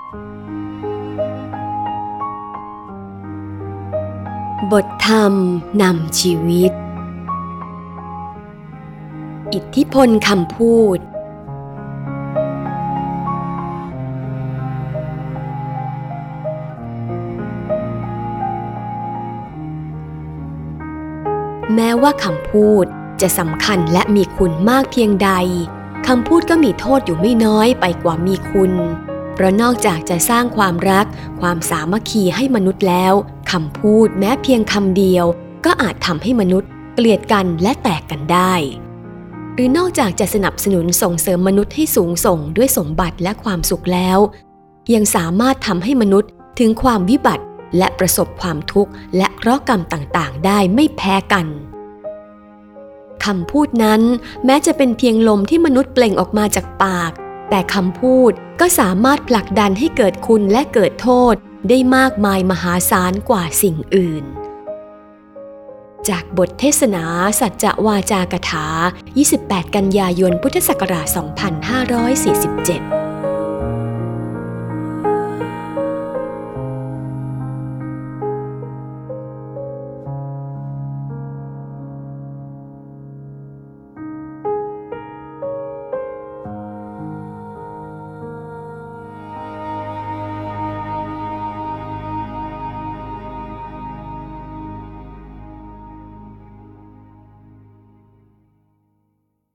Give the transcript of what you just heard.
บทธรรมนำชีวิตอิทธิพลคำพูดแม้ว่าคำพูดจะสำคัญและมีคุณมากเพียงใดคำพูดก็มีโทษอยู่ไม่น้อยไปกว่ามีคุณเพราะนอกจากจะสร้างความรักความสามัคคีให้มนุษย์แล้วคำพูดแม้เพียงคำเดียวก็อาจทำให้มนุษย์เกลียดกันและแตกกันได้หรือนอกจากจะสนับสนุนส่งเสริมมนุษย์ให้สูงส่งด้วยสมบัติและความสุขแล้วยังสามารถทำให้มนุษย์ถึงความวิบัติและประสบความทุกข์และเคราะห์กรรมต่างๆได้ไม่แพ้กันคำพูดนั้นแม้จะเป็นเพียงลมที่มนุษย์เปล่งออกมาจากปากแต่คำพูดก็สามารถผลักดันให้เกิดคุณและเกิดโทษได้มากมายมหาศาลกว่าสิ่งอื่นจากบทเทศนาสัจจวาจากถา 28 กันยายน พุทธศักราช 2547